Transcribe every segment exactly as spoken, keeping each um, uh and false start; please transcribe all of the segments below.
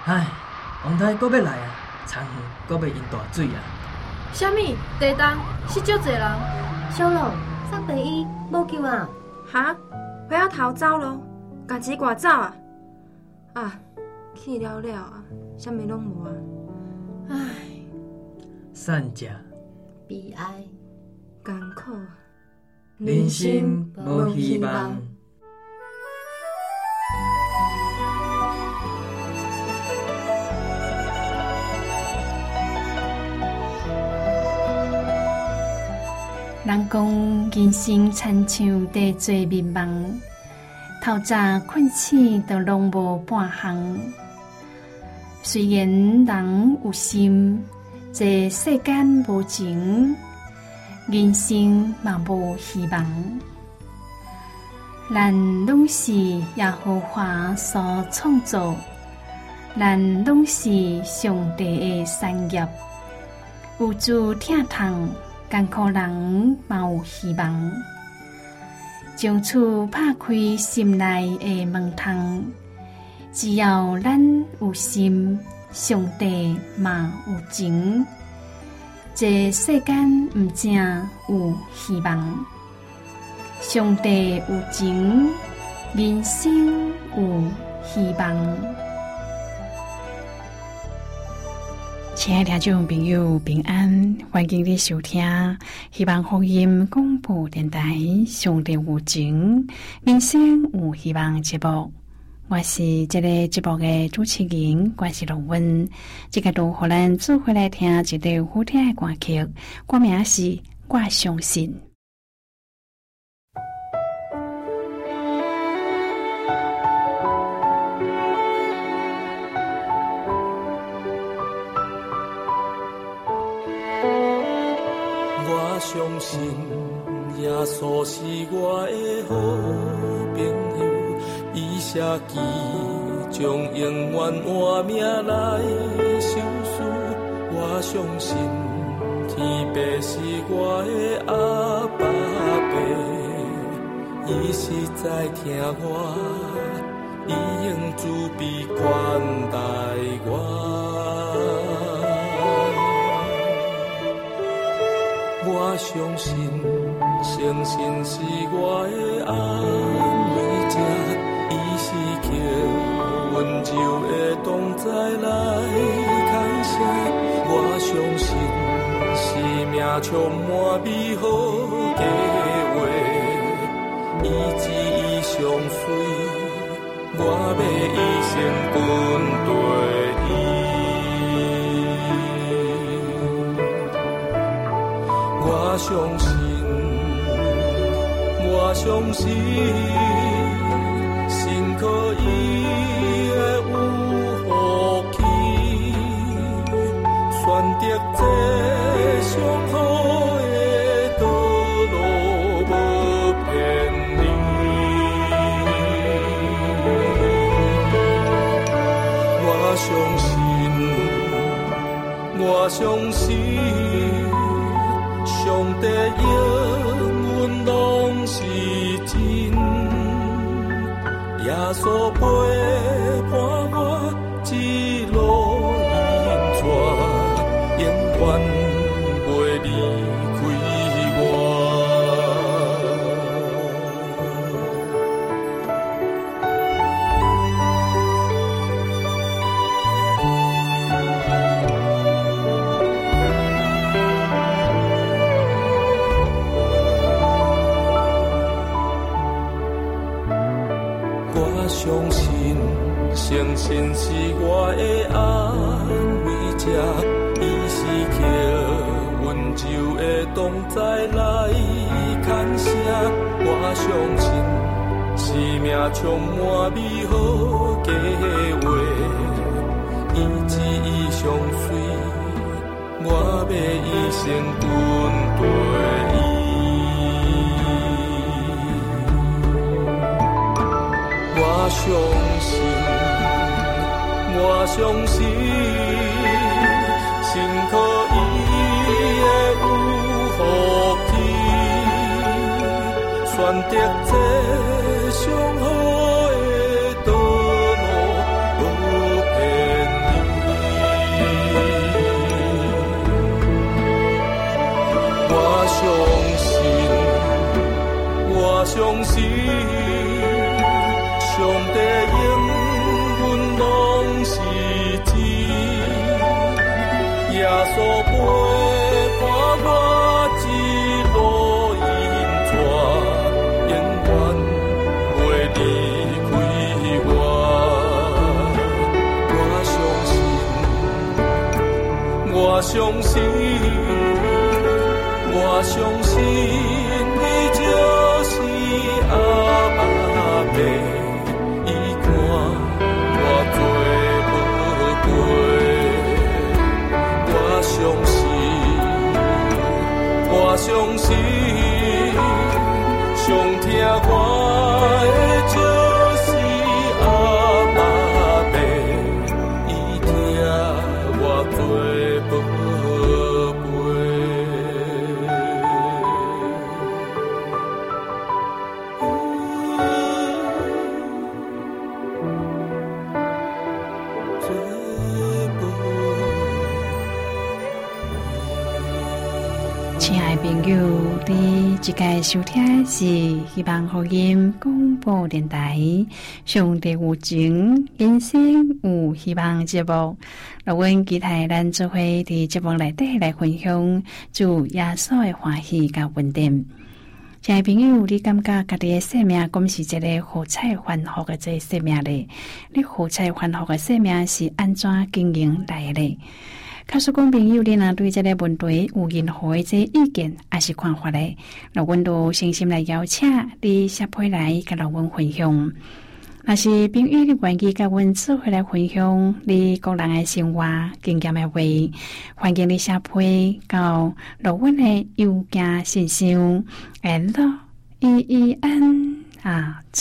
唉，王太阁要来啊，田园阁要淹大水啊！ 啥物？地动死足侪人。 小龙，送第一无救啊！ 哈，我要逃走咯，家己赶走啊！啊，去了了啊，啥物拢无啊！唉， 善者悲哀， 艰苦， 人生无希望。 人讲人生亲像地做迷茫，透早困醒都拢无半项。虽然人有心，这世间无情，人生嘛无希望。咱拢是耶和华所创造，咱拢是上帝的产业，有主疼痛。艰苦人嘛有希望，将厝拍开心内的门窗。只要咱有心，上帝嘛有情。这世间毋正有希望，上帝有情，人生有希望。亲爱的听众朋友，平安，欢迎你收听希望福音广播电台《上帝有情，人生有希望》节目。我是这个节目的主持人，我是龙文。这个都互咱做回来听一首好听的歌曲，歌名是《我相信》。 我相信耶稣是我的好朋友，伊舍己将永远换命来受死。我相信天父是我的阿爸爸，伊是在听我，伊用慈悲款待我。我相信，诚心是我的安慰者，伊是靠温柔的同在来感谢。我相信，生命充满美好计划，伊旨意上水，我要一生跟对伊。我相信，我相信，心可伊的有福气，选择这上好的道路，无骗你。我相信，我相信。上帝永远拢是真，耶稣陪伴我一路引带，永远袂离开我。相信，诚心是我的安慰者，伊是靠温柔的同在来牵涉。我相信，生命充满美好计划，伊旨意上水，我要一生跟对伊。我相信，我相信，心可伊的有福气，选择这上好的道路，无骗诉陪伴我一路引带，永远袂离开我。我相信，我相信，我相信你就是阿爸爸，伊看我做宝贝。我相信，我相信，上疼我的就是阿爸爸，伊疼我做宝贝。 亲爱的朋友，你即个收听是希望福音广播电台上帝有情人生有希望节目。让阮期待咱做伙伫节目内底来分享主耶稣的欢喜甲稳定。亲爱的朋友，你感觉家己的生命敢是一个好彩欢乐的这生命咧？你好彩欢乐的生命是安怎经营来的咧？假使讲朋友，你若对这个问题有任何的这意见还是看法咧，那阮都诚心来邀请你写批来甲阮分享。若是朋友你愿意甲阮做伙来分享你个人的生活经验的话，欢迎你写批到阮的邮件信箱 l e e n at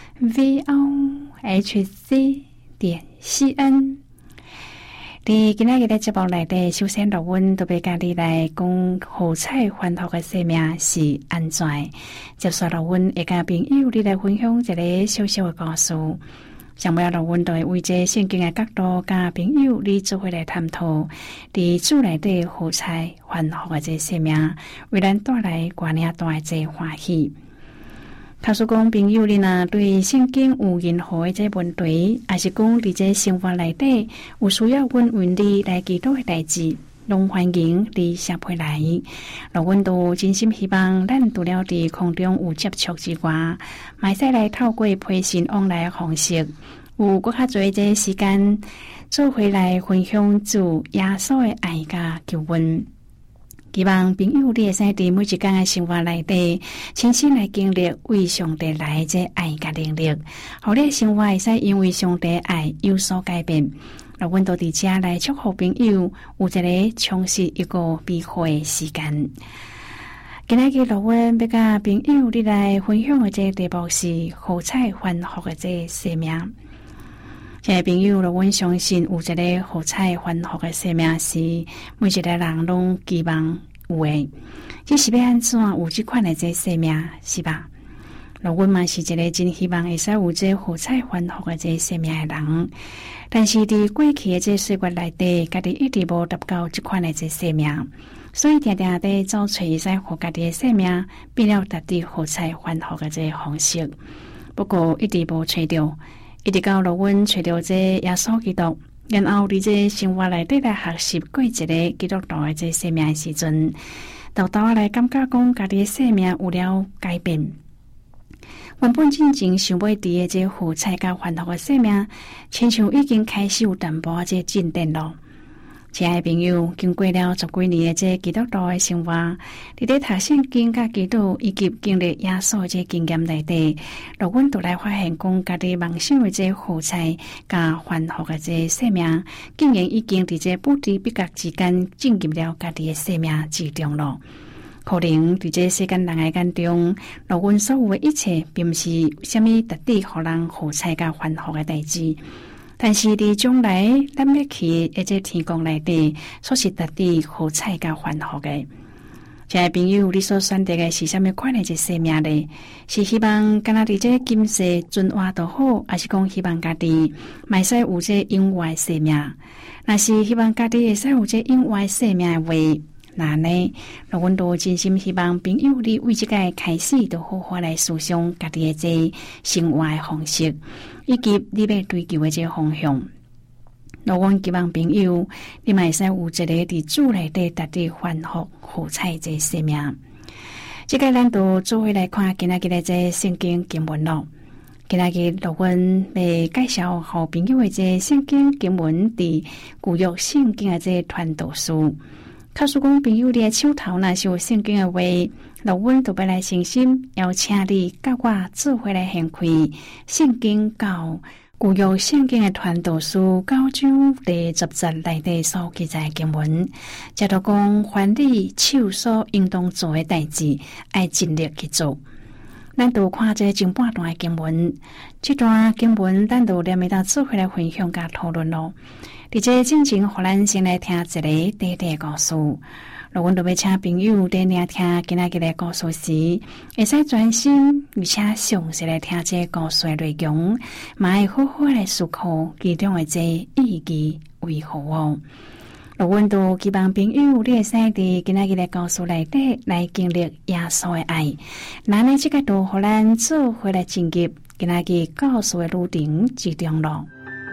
v o h c 点 c n。伫今仔日的节目内底，首先让阮都要甲你来讲好彩欢乐的生命是安怎。接下来，阮会甲朋友你来分享一个小小的故事。想要让阮都会为这圣经的角度，甲朋友你做伙来探讨，伫主内底好彩欢乐的这生命，为咱带来偌尔大的这欢喜。假使讲朋友你若对圣经有任何的这问题，还是讲伫这生活内底有需要阮为你来祈祷的代志，拢欢迎你写批来。那阮都真心希望咱除了伫空中有接触之外，嘛使来透过批信往来的方式，有搁较侪这时间做回来分享主耶稣的爱甲救恩。希望朋友你会使伫每一天的生活内底，亲身来经历为上帝来这爱甲能力，互你生活会使因为上帝爱有所改变。那阮都伫遮来祝福朋友有一个充实一个美好的时间。今日嘅录音要甲朋友你来分享的这题目是好彩欢乐的这生命。亲爱朋友，阮相信有一个好彩欢乐的生命是每一个人拢希望有诶，这是要安怎有这款的这生命是吧？那阮嘛是一个真希望会使有这好彩欢乐的这生命的人，但是伫过去的这岁月内底，家己一直无达到这款的这生命，所以定定地找找会使互家己的生命变了达到好彩欢乐的这方式，不过一直无找到。一直到了阮找到这耶稣基督，然后伫这生活内底来学习过一个基督徒的这生命的时阵，豆豆来感觉讲家己的生命有了改变。原本真正想要伫的这好彩甲欢乐的生命，亲像已经开始有淡薄这进展咯。亲爱的朋友，经过了十几年的这基督徒的生活，伫咧读圣经甲基督以及经历耶稣的这经验内底，让阮都来发现讲家己梦想的这好彩甲欢乐的这生命，竟然已经伫这不知不觉之间进入了家己的生命之中咯。可能伫这世间人的眼中，让阮所有的一切，并不是虾米特地互人好彩甲欢乐的代志。但是伫将来咱要去的这天国内底，所是特地好彩甲欢乐的。亲爱朋友，你所选择的是什么款的这生命呢？是希望敢若伫这今世存活都好，还是讲希望家己卖使有这永远的生命？若是希望家己会使有这永远的生命的话，那呢，那阮都真心希望朋友你为这个开始，都好好来思想家己的这生活的方式，以及你要追求的这方向。 若阮希望朋友，你嘛会使有一个伫主内底达地反复好彩这生命。即个咱都做伙来看今仔日的这圣经经文咯。今仔日若阮要介绍互朋友的这圣经经文伫旧约圣经的这传道书。假使讲朋友你的手头若是有圣经的话，若阮都要来诚心邀请你甲我做伙来献开圣经到旧约圣经的传道书九章第十节内底所记载的经文，则都讲凡你手所应当做的代志，爱尽力去做。咱都看这前半段的经文，这段经文咱都连袂到做伙来分享甲讨论咯。伫这进前，互咱先来听一个短短的故事。若阮都要请朋友在聆听今仔日的故事时，会使专心而且详细来听这故事的内容，嘛会好好来思考其中的这意义为何哦。若阮都希望朋友你会使伫今仔日的故事内底来经历耶稣的爱，那呢这个都互咱做伙来进入今仔日故事的路程之中咯。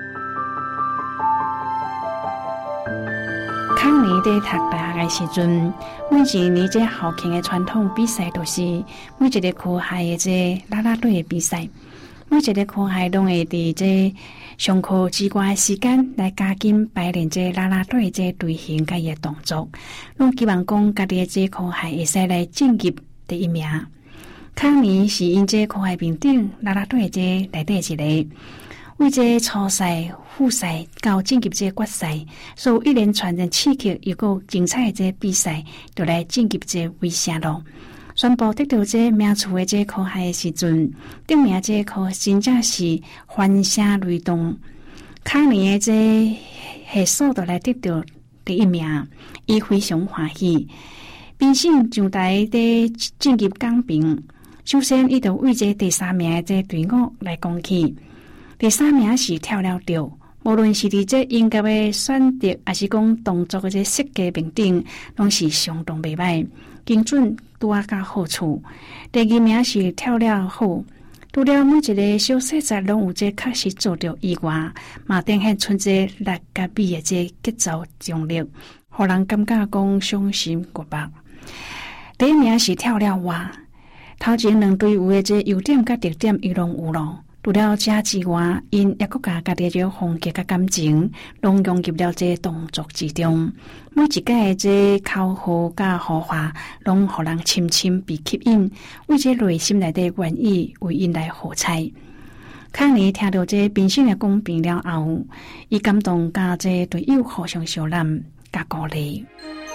康尼在读大学的时阵，每一年这校庆的传统比赛都是每一个科系的这啦啦队的比赛，每一个科系拢会伫这上课之外的时间来加紧排练这啦啦队这队形甲伊的动作，拢希望讲家己的这科系会使来进入第一名。康尼是因这科系评定啦啦队这内底一个。为这初赛、复赛到进入这决赛，所有一连串的刺激又够精彩的这比赛，就来进入这围城咯。宣布得到这名次的这科系的时阵，证明这科真正是欢声雷动。康尼的这系数都来得到第一名，伊非常欢喜。评审上台在进入讲评，首先伊就为这第三名的这队伍来讲起。第三名是跳了掉，无论是伫这音乐的选择，还是讲动作的这设计评定，拢是相当袂歹，精准拄啊甲好处。第二名是跳了好，除了每一个小细节拢有这确实做到以外，嘛展现出这力甲美的这节奏张力，互人感觉讲伤心过目。第一名是跳了哇，头前两队有的这优点甲特点伊拢有咯。除了这之外，因也搁加家己这风格甲感情，拢融入了这动作之中。每一届的这口号甲呼话，拢互人深深被吸引，为这内心内底愿意为因来喝彩。康尼听到这评审的公平了后，伊感动甲这队友互相相揽甲鼓励。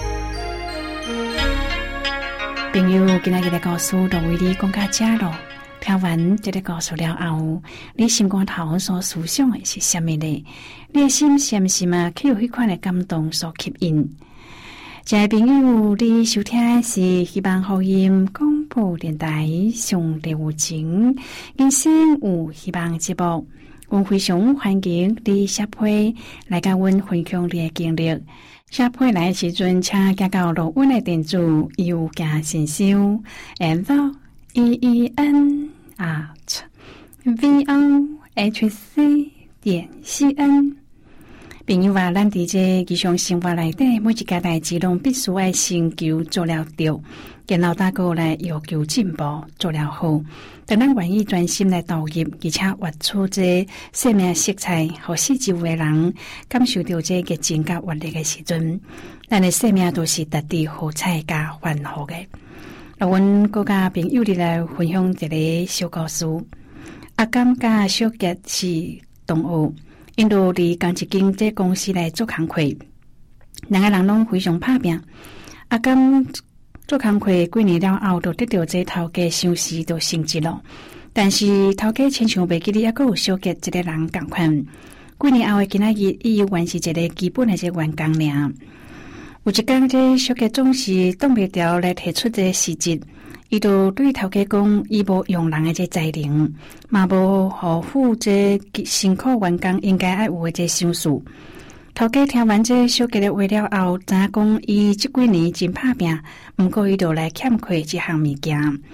朋友，今仔日的故事就为你讲到这咯。听完这个故事了后，你心肝头所思想的是什么呢？你的心是不是嘛去有迄款的感动所吸引？亲爱的朋友，你收听的是希望福音广播电台上帝有情人生有希望节目，阮非常欢迎你写批来甲阮分享你的经历。写批来的时阵，请寄到录音的电子邮件信箱 ，and e e n at v o h c 点 c n。朋友话，咱伫这日常生活内底，每一件代志拢必须爱先求做了对，然后大家来要求进步，做了好。等咱愿意专心来投入，而且活出这生命色彩，和四周围人感受到这热情甲活力的时阵，咱的生命都是达地好彩甲欢乐的。让阮各家朋友哋来分享一个小故事。阿甘甲小杰是同学。因都伫同一间这公司来做工课，两个人拢非常拍拼。阿甘做工课几年了后，就得到这头家赏识就升职咯。但是头家亲像袂记哩，还佫有小杰一个人共款。几年后的今仔日，伊完是一个基本的这员工尔。有一天，这小杰总是挡袂牢来提出这辞职。伊就对头家讲，伊无用人的这才能，嘛无互付这辛苦员工应该爱有的这赏识。头家听完这小杰的话了后，知影讲伊这几年真拍拼，毋过伊就来欠缺这项物件。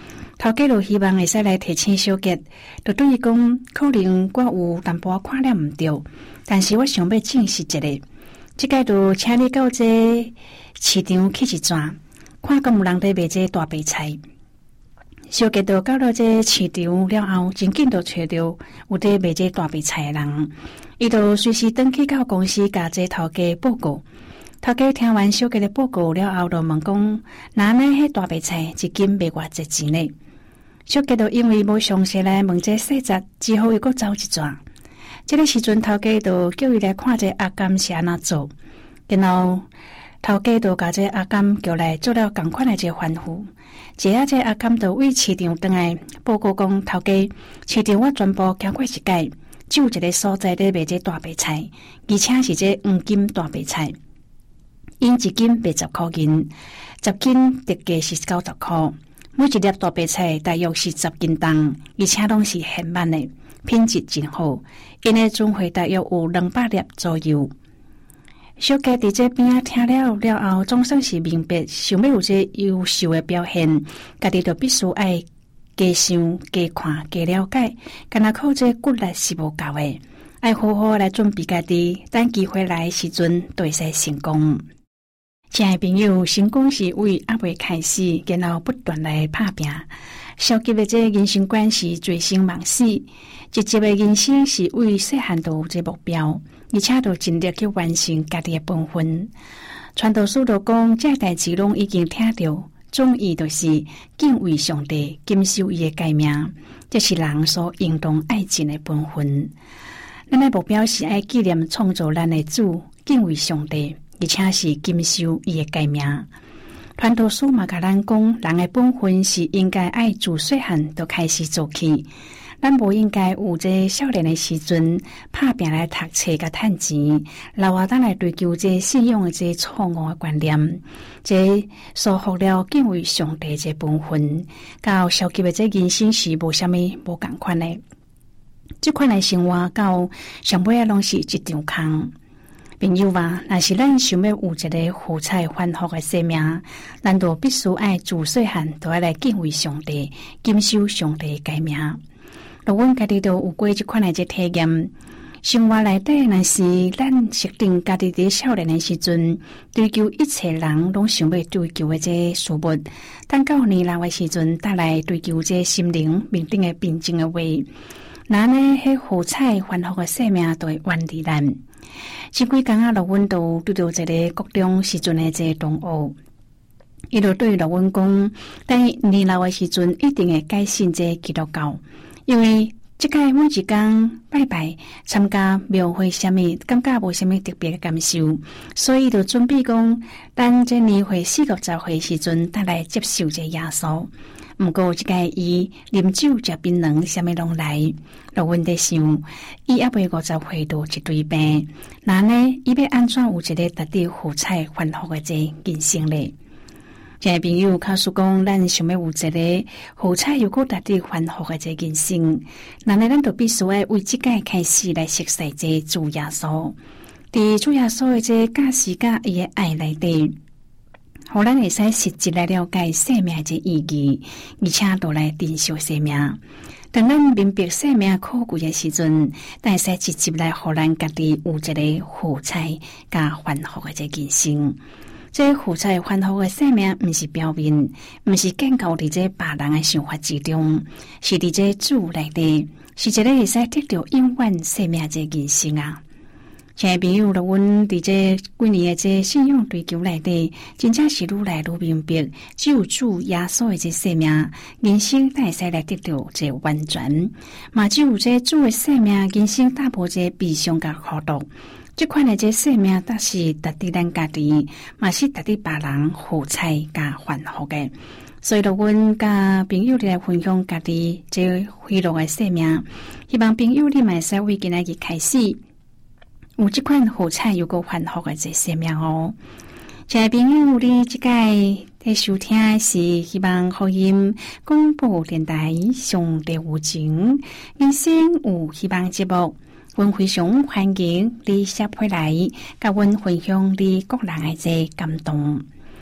头家就希望会使来提醒小杰，就对伊讲，可能我有淡薄看了毋对，但是我想要证实一下，即个就请你到这市场去一转，看敢有人在卖这大白菜。小杰就到了这市场了后，真紧就找到有在卖这大白菜的人，伊就随时登去到公司，甲这头家报告。头家听完小杰的报告了后，就问讲：哪呢？迄大白菜一斤卖偌济钱呢？小杰就因为无详细来问这细节，只好又搁走一转。这个时阵，头家就叫伊来看这阿甘是安怎做，然后头家就甲这阿甘叫来做了同款的这吩咐。接下这阿甘就为市场转来报告讲：头家，市场我全部经过一界，只有一个所在咧卖这大白菜，而且是这黄金大白菜。因一斤卖十块银，十斤特价是九十块。每一粒大白菜大约是十斤重，而且拢是现满的，品质真好。因的总会大约有两百粒左右。小杰伫这边啊听了了后，总算是明白，想要有这优秀的表现，家己就必须爱加想、加看、加了解，干那靠这骨力是无够的，爱好好来准备家己，等机会来的时阵，就会使成功。亲爱朋友，成功是为阿未开始，然后不断来打拼。消极的这人生观是醉生梦死，积极的人生是为细汉就有这目标，而且都尽力去完成家己的本分。传道书就讲，这代志拢已经听到，总意就是敬畏上帝，谨守伊的诫命，这是人所应当爱尽的本分。咱的目标是爱纪念创造咱的主，敬畏上帝。而且是谨守伊的诫命。传道书嘛，甲咱讲，人的本分是应该爱自细汉就开始做起。咱无应该有这少年的时阵，拍拼来读册甲趁钱，老啊等来追求这信仰的这错误的观念，这疏忽了敬畏上帝这本分，到消极的这人生是无啥物无共款的。这款的生活到上尾啊，拢是一场空。朋友啊，若是咱想要有一个富彩欢乐的生命，咱就必须爱自细汉都要来敬畏上帝，谨守上帝的诫命。若阮家己都有过这款的这体验，生活内底若是咱设定家己伫少年的时阵，追求一切人拢想要追求的这事物，等到年老的时阵，带来追求这心灵面顶的平静的话，那呢，迄富彩欢乐的生命就会远离咱。前几工啊，陆阮都拄到一个国中时阵的这同学，伊就对陆阮讲，等年老的时阵一定会改信这基督教，因为即个每一工拜拜参加庙会什么，感觉无什么特别的感受，所以就准备讲，等这年会四五十岁时阵，带来接受这耶稣。毋过即个伊啉酒食槟榔，啥物拢来。陆阮在想，伊还未五十岁就一堆病，那呢？伊要安怎有一个值得富彩欢乐的这人生呢？亲爱朋友，假使讲咱想要有一个富彩又够值得欢乐的这人生，那呢，咱就必须要为即个开始来熟悉这主耶稣，伫主耶稣的这假使甲伊的爱内底。互咱会使实际来了解生命的意义，而且都来珍惜生命。当咱明白生命可贵的时阵，但使直接来互咱家己有一个富彩加欢乐的这人生。这富彩欢乐的生命，毋是表面，毋是建构伫这别人的想法之中，是伫这主内底，是一个会使得到永远生命的人生啊！亲爱朋友，了阮伫这几年的这信仰追求内底，真正是愈来愈明白，只有主耶稣的这生命，人生才会使来得到这完全。嘛，只有这主的生命，人生大无这悲伤甲苦毒。这款的这生命，但是值得咱家己，嘛是值得别人富彩甲欢乐的。所以，了阮甲朋友来分享家己这欢乐的生命，希望朋友你嘛会使为今仔日开始。有这款富彩又够欢乐的这生命哦，亲爱朋友，你这个在收听的是希望福音广播电台上帝有情人生有希望节目，阮非常欢迎你写回来，甲阮分享你个人的这感动。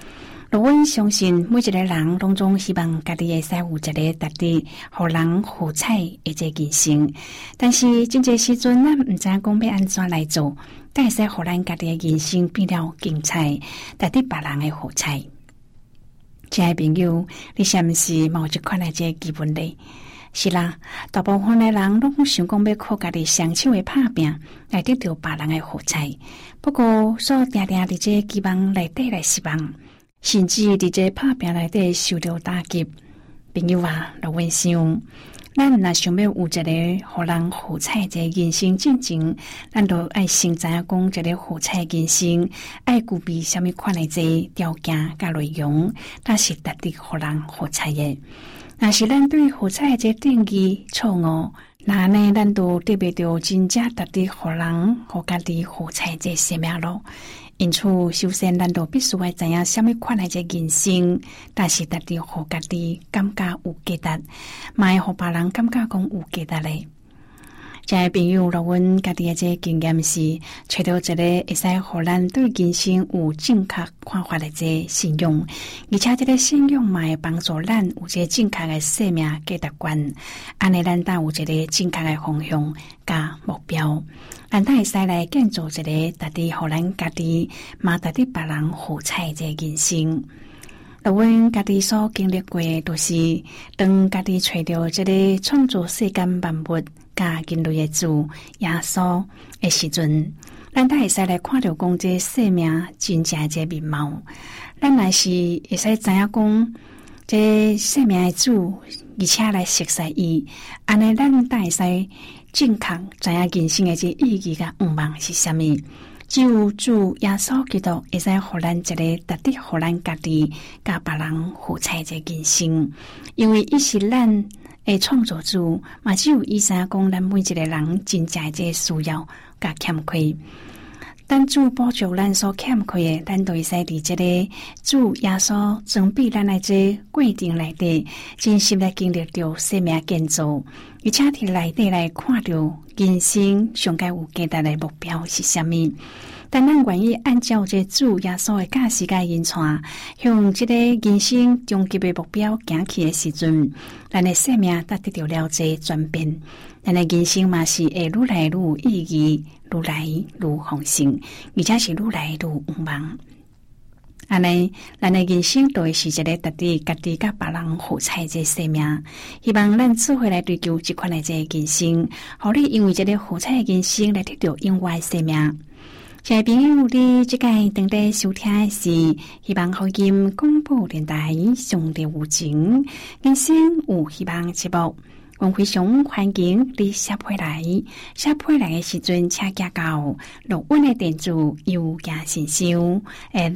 阮相信每一个人拢总希望家己会使有一个值得互人喝彩的一个人生，但是真侪时阵咱毋知影讲要安怎来做，才会使互咱家己的人生变了精彩，值得别人的喝彩。亲爱朋友，你是毋是嘛有一款的一个疑问呢？是啦，大部分的人拢想讲要靠家己双手的拍拼来得到别人的喝彩，不过所定定伫这期望内底来失望，甚至伫这拍拼内底受到打击。朋友啊，老阮想，咱若想要有一个互人喝彩的人生进程，咱就爱先知影讲一个喝彩人生爱具备什么款的这条件甲内容，那是值得互人喝彩的。若是咱对喝彩这定义错误，那呢，咱都得不到真正值得互人互家己喝彩这生命咯。因此，首先咱都必须要知影什么款的这人生，但是值得互家己感觉有价值，嘛会互别人感觉讲有价值嘞。亲爱朋友，若阮家己的这经验是，找到一个会使互咱对人生有正确看法的这信用，而且这个信用嘛会帮助咱有一个正确的生命价值观，安尼咱才有一个正确的方向甲目标，咱才会使来建造一个值得互咱家己嘛值得别人喝彩这人生。若阮家己所经历过的，就是当家己找到这个创造世间万物甲人类的主耶稣的时阵，咱才会使来看到讲这生命真正这面貌。咱若是会使知影讲这生命的主，而且来熟悉伊，安尼咱才会使正确知影人生的这意义甲愿望是啥物。只有主耶稣基督会使互咱一个值得互咱家己甲别人喝彩这人生，因为伊是咱的创造主，嘛只有伊知影讲咱每一个人真正的这需要甲欠缺。但主补足咱所欠缺的，咱都会使伫这个主耶稣装备咱的这过程内底，真实来经历着生命建造，而且伫内底来看到人生上该有价值的目标是啥物。但咱愿意按照这主耶稣的教示甲引传，向这个人生终极的目标行去的时阵，咱的生命才得到了这转变。咱的人生嘛是会愈来愈有意义，愈来愈丰盛，而且是愈来愈有愿望。安尼，咱的人生都会是一个值得家己甲别人喝彩这生命。希望咱做回来追求这款的这人生，互你因为这个喝彩的人生来得到永远的生命。亲爱朋友，你这个等待收听的是希望福音广播电台上帝有情人生有希望节目。我非常欢迎你写回来，写回来的时阵，请寄到录音的电子邮件信箱 at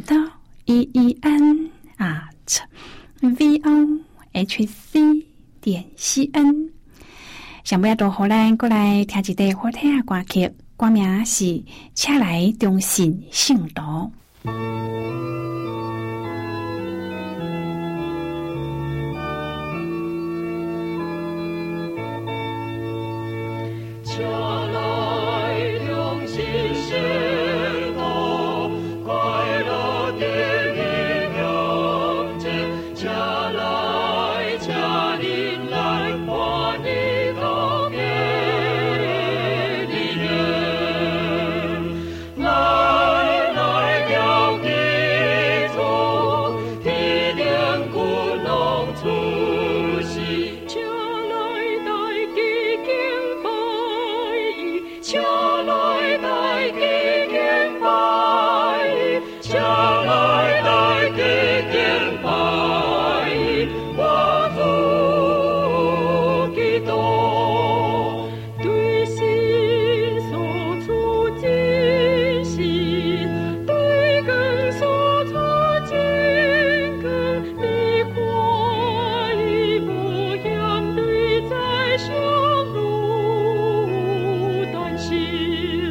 e e n at v o h c 点 c n。想不要多荷兰过来听一段好听的歌曲，歌名是《请来中信圣道》。 心。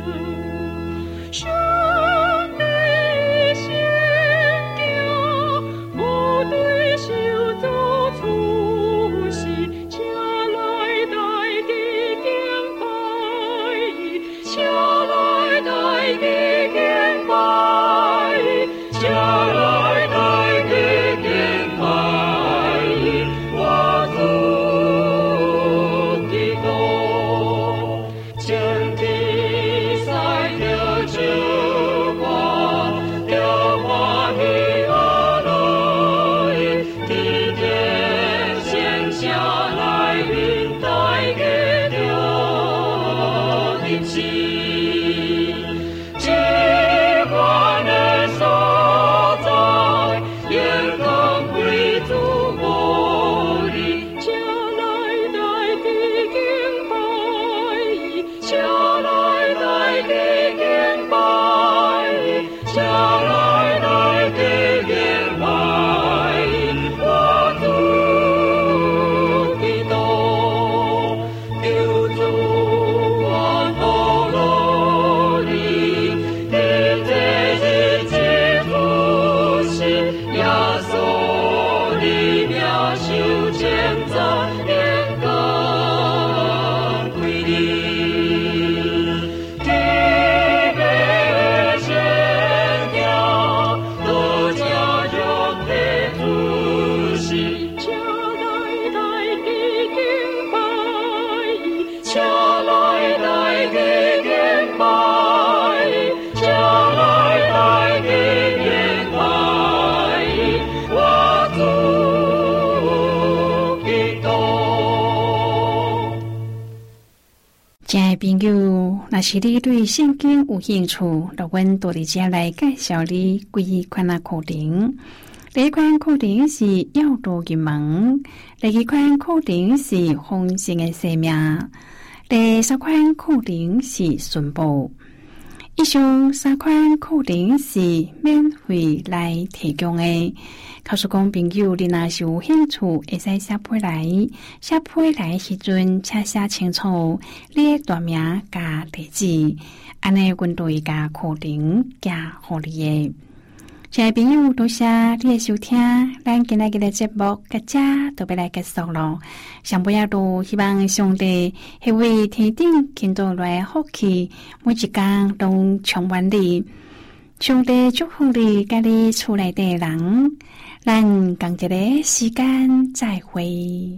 朋友，若是你对圣经有兴趣，就阮多伫遮来介绍你几款啊课程。第一款课程是要道入门，第二款课程是丰盛的生命，第三款课程是顺报。以上三款课程是免费来提供的。告诉讲朋友，你若是有兴趣，会使写批来，写批来时阵，请写清楚你的大名加地址，安尼阮就会甲课程寄互你的。亲爱朋友，多谢你的收听，咱今日嘅节目到这就要来结束咯。上尾啊，都希望上帝迄位天顶倾倒来福气，每一工都充满你。上帝祝福你，甲你厝内的人。咱同一个时间再会。